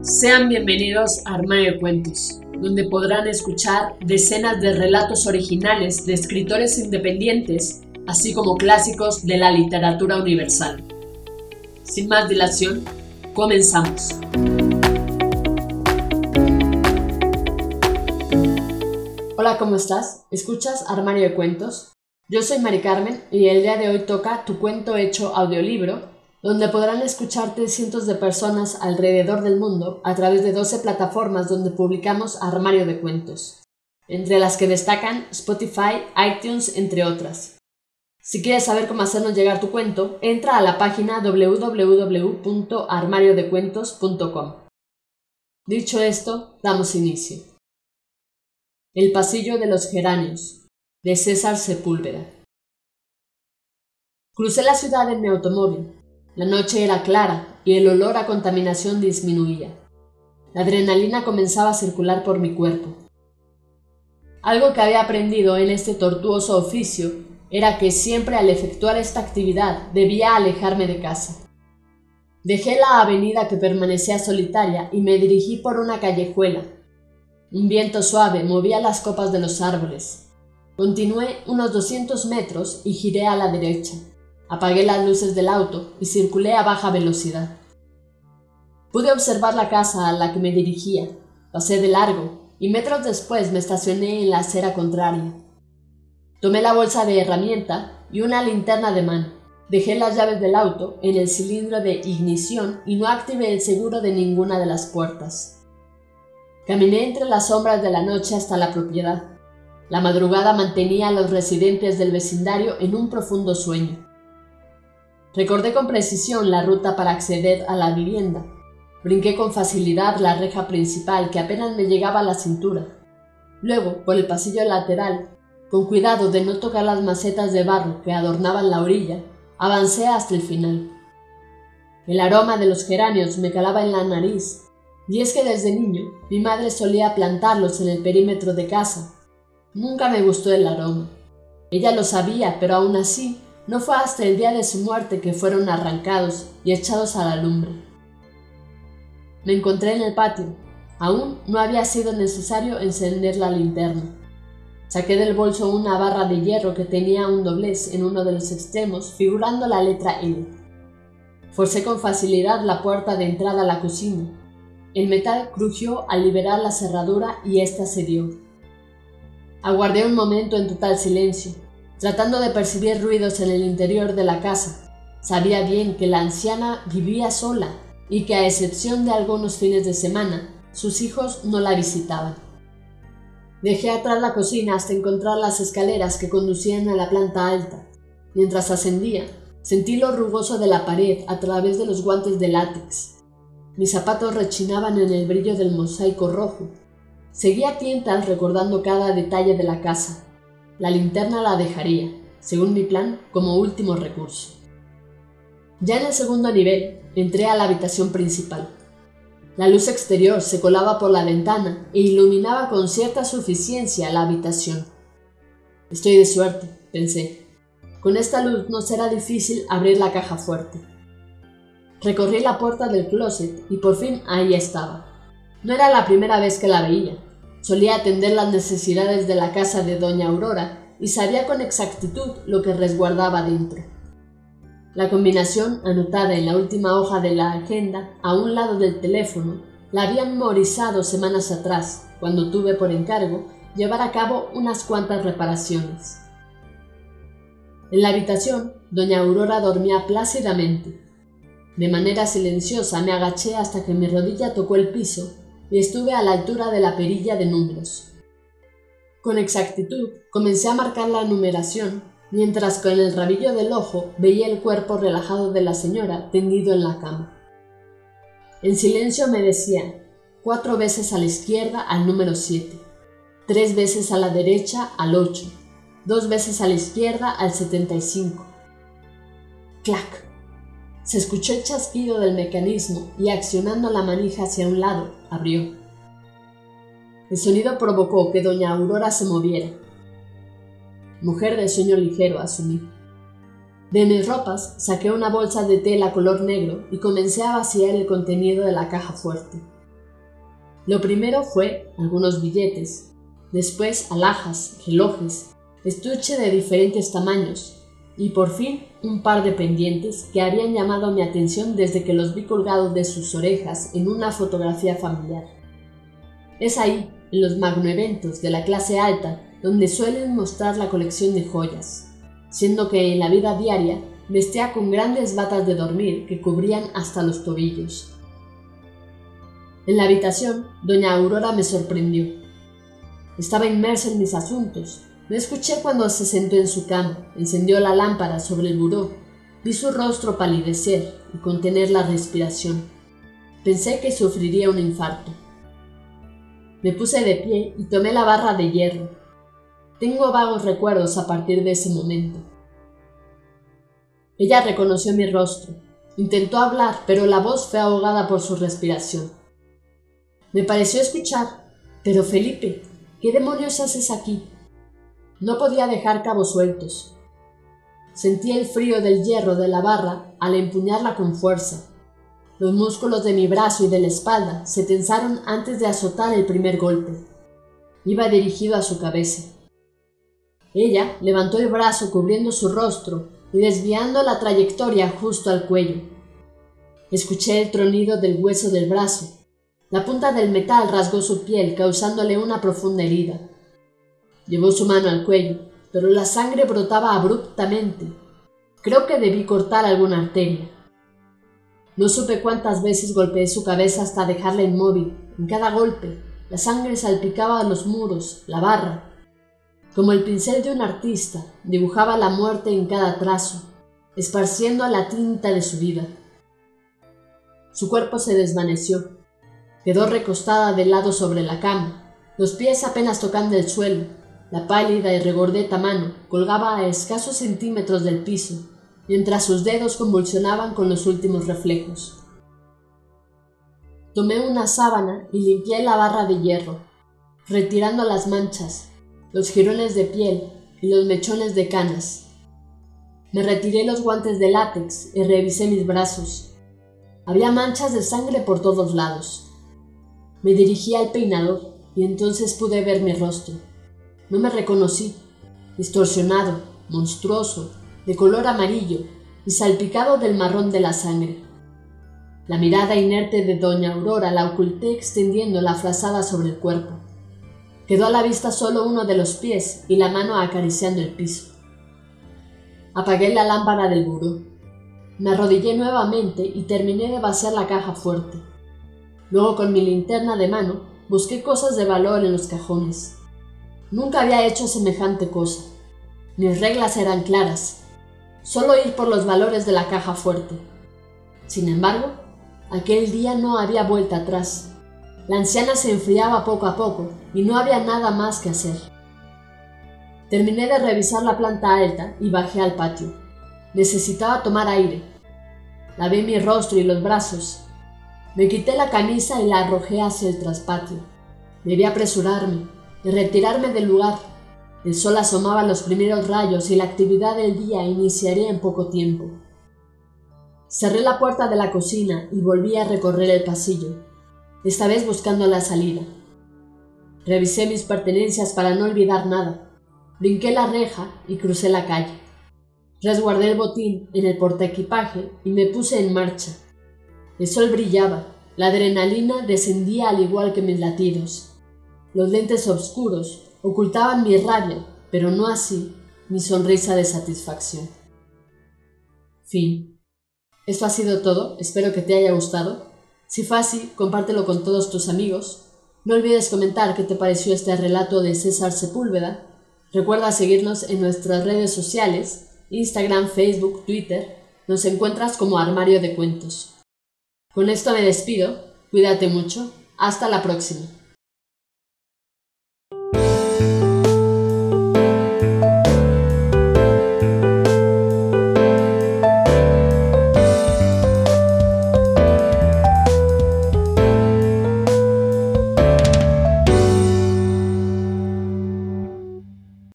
Sean bienvenidos a Armario de Cuentos, donde podrán escuchar decenas de relatos originales de escritores independientes, así como clásicos de la literatura universal. Sin más dilación, comenzamos. Hola, ¿cómo estás? ¿Escuchas Armario de Cuentos? Yo soy Mari Carmen y el día de hoy toca Tu cuento hecho audiolibro, donde podrán escucharte cientos de personas alrededor del mundo a través de 12 plataformas donde publicamos Armario de Cuentos, entre las que destacan Spotify, iTunes, entre otras. Si quieres saber cómo hacernos llegar tu cuento, entra a la página www.armariodecuentos.com. Dicho esto, damos inicio. El pasillo de los geranios, de César Sepúlveda. Crucé la ciudad en mi automóvil. La noche era clara y el olor a contaminación disminuía. La adrenalina comenzaba a circular por mi cuerpo. Algo que había aprendido en este tortuoso oficio era que siempre al efectuar esta actividad debía alejarme de casa. Dejé la avenida que permanecía solitaria y me dirigí por una callejuela. Un viento suave movía las copas de los árboles. Continué unos 200 metros y giré a la derecha. Apagué las luces del auto y circulé a baja velocidad. Pude observar la casa a la que me dirigía. Pasé de largo y metros después me estacioné en la acera contraria. Tomé la bolsa de herramienta y una linterna de mano. Dejé las llaves del auto en el cilindro de ignición y no activé el seguro de ninguna de las puertas. Caminé entre las sombras de la noche hasta la propiedad. La madrugada mantenía a los residentes del vecindario en un profundo sueño. Recordé con precisión la ruta para acceder a la vivienda. Brinqué con facilidad la reja principal que apenas me llegaba a la cintura. Luego, por el pasillo lateral, con cuidado de no tocar las macetas de barro que adornaban la orilla, avancé hasta el final. El aroma de los geranios me calaba en la nariz, y es que desde niño mi madre solía plantarlos en el perímetro de casa. Nunca me gustó el aroma. Ella lo sabía, pero aún así, no fue hasta el día de su muerte que fueron arrancados y echados a la lumbre. Me encontré en el patio. Aún no había sido necesario encender la linterna. Saqué del bolso una barra de hierro que tenía un doblez en uno de los extremos, figurando la letra L. Forcé con facilidad la puerta de entrada a la cocina. El metal crujió al liberar la cerradura y ésta cedió. Aguardé un momento en total silencio, tratando de percibir ruidos en el interior de la casa. Sabía bien que la anciana vivía sola y que, a excepción de algunos fines de semana, sus hijos no la visitaban. Dejé atrás la cocina hasta encontrar las escaleras que conducían a la planta alta. Mientras ascendía, sentí lo rugoso de la pared a través de los guantes de látex. Mis zapatos rechinaban en el brillo del mosaico rojo. Seguí a tientas recordando cada detalle de la casa. La linterna la dejaría, según mi plan, como último recurso. Ya en el segundo nivel, entré a la habitación principal. La luz exterior se colaba por la ventana e iluminaba con cierta suficiencia la habitación. Estoy de suerte, pensé. Con esta luz no será difícil abrir la caja fuerte. Recorrí la puerta del closet y por fin ahí estaba. No era la primera vez que la veía. Solía atender las necesidades de la casa de doña Aurora y sabía con exactitud lo que resguardaba dentro. La combinación, anotada en la última hoja de la agenda, a un lado del teléfono, la había memorizado semanas atrás, cuando tuve por encargo llevar a cabo unas cuantas reparaciones. En la habitación, doña Aurora dormía plácidamente. De manera silenciosa me agaché hasta que mi rodilla tocó el piso y estuve a la altura de la perilla de números. Con exactitud comencé a marcar la numeración, mientras con el rabillo del ojo veía el cuerpo relajado de la señora tendido en la cama. En silencio me decía: 4 veces a la izquierda al número 7, 3 veces a la derecha al 8, 2 veces a la izquierda al 75. ¡Clac! Se escuchó el chasquido del mecanismo y, accionando la manija hacia un lado, abrió. El sonido provocó que doña Aurora se moviera. Mujer de sueño ligero, asumí. De mis ropas saqué una bolsa de tela color negro y comencé a vaciar el contenido de la caja fuerte. Lo primero fue algunos billetes, después alhajas, relojes, estuche de diferentes tamaños y por fin un par de pendientes que habían llamado mi atención desde que los vi colgados de sus orejas en una fotografía familiar. Es ahí, en los magnoeventos de la clase alta, donde suelen mostrar la colección de joyas, siendo que en la vida diaria vestía con grandes batas de dormir que cubrían hasta los tobillos. En la habitación, doña Aurora me sorprendió. Estaba inmersa en mis asuntos. Me escuché cuando se sentó en su cama, encendió la lámpara sobre el buró, vi su rostro palidecer y contener la respiración. Pensé que sufriría un infarto. Me puse de pie y tomé la barra de hierro. Tengo vagos recuerdos a partir de ese momento. Ella reconoció mi rostro. Intentó hablar, pero la voz fue ahogada por su respiración. Me pareció escuchar: «Pero Felipe, ¿qué demonios haces aquí?». No podía dejar cabos sueltos. Sentí el frío del hierro de la barra al empuñarla con fuerza. Los músculos de mi brazo y de la espalda se tensaron antes de azotar el primer golpe. Iba dirigido a su cabeza. Ella levantó el brazo cubriendo su rostro y desviando la trayectoria justo al cuello. Escuché el tronido del hueso del brazo. La punta del metal rasgó su piel, causándole una profunda herida. Llevó su mano al cuello, pero la sangre brotaba abruptamente. Creo que debí cortar alguna arteria. No supe cuántas veces golpeé su cabeza hasta dejarla inmóvil. En cada golpe, la sangre salpicaba los muros, la barra. Como el pincel de un artista, dibujaba la muerte en cada trazo, esparciendo la tinta de su vida. Su cuerpo se desvaneció. Quedó recostada de lado sobre la cama, los pies apenas tocando el suelo. La pálida y regordeta mano colgaba a escasos centímetros del piso, mientras sus dedos convulsionaban con los últimos reflejos. Tomé una sábana y limpié la barra de hierro, retirando las manchas, los jirones de piel y los mechones de canas. Me retiré los guantes de látex y revisé mis brazos. Había manchas de sangre por todos lados. Me dirigí al peinador y entonces pude ver mi rostro. No me reconocí, distorsionado, monstruoso, de color amarillo y salpicado del marrón de la sangre. La mirada inerte de doña Aurora la oculté extendiendo la frazada sobre el cuerpo. Quedó a la vista solo uno de los pies y la mano acariciando el piso. Apagué la lámpara del buró. Me arrodillé nuevamente y terminé de vaciar la caja fuerte. Luego, con mi linterna de mano, busqué cosas de valor en los cajones. Nunca había hecho semejante cosa. Mis reglas eran claras. Solo ir por los valores de la caja fuerte. Sin embargo, aquel día no había vuelta atrás. La anciana se enfriaba poco a poco y no había nada más que hacer. Terminé de revisar la planta alta y bajé al patio. Necesitaba tomar aire. Lavé mi rostro y los brazos. Me quité la camisa y la arrojé hacia el traspatio. Debí apresurarme y retirarme del lugar. El sol asomaba los primeros rayos y la actividad del día iniciaría en poco tiempo. Cerré la puerta de la cocina y volví a recorrer el pasillo, esta vez buscando la salida. Revisé mis pertenencias para no olvidar nada. Brinqué la reja y crucé la calle. Resguardé el botín en el portaequipaje y me puse en marcha. El sol brillaba, la adrenalina descendía al igual que mis latidos. Los lentes oscuros ocultaban mi rabia, pero no así mi sonrisa de satisfacción. Fin. Esto ha sido todo, espero que te haya gustado. Si fue así, compártelo con todos tus amigos. No olvides comentar qué te pareció este relato de César Sepúlveda. Recuerda seguirnos en nuestras redes sociales, Instagram, Facebook, Twitter. Nos encuentras como Armario de Cuentos. Con esto me despido, cuídate mucho, hasta la próxima.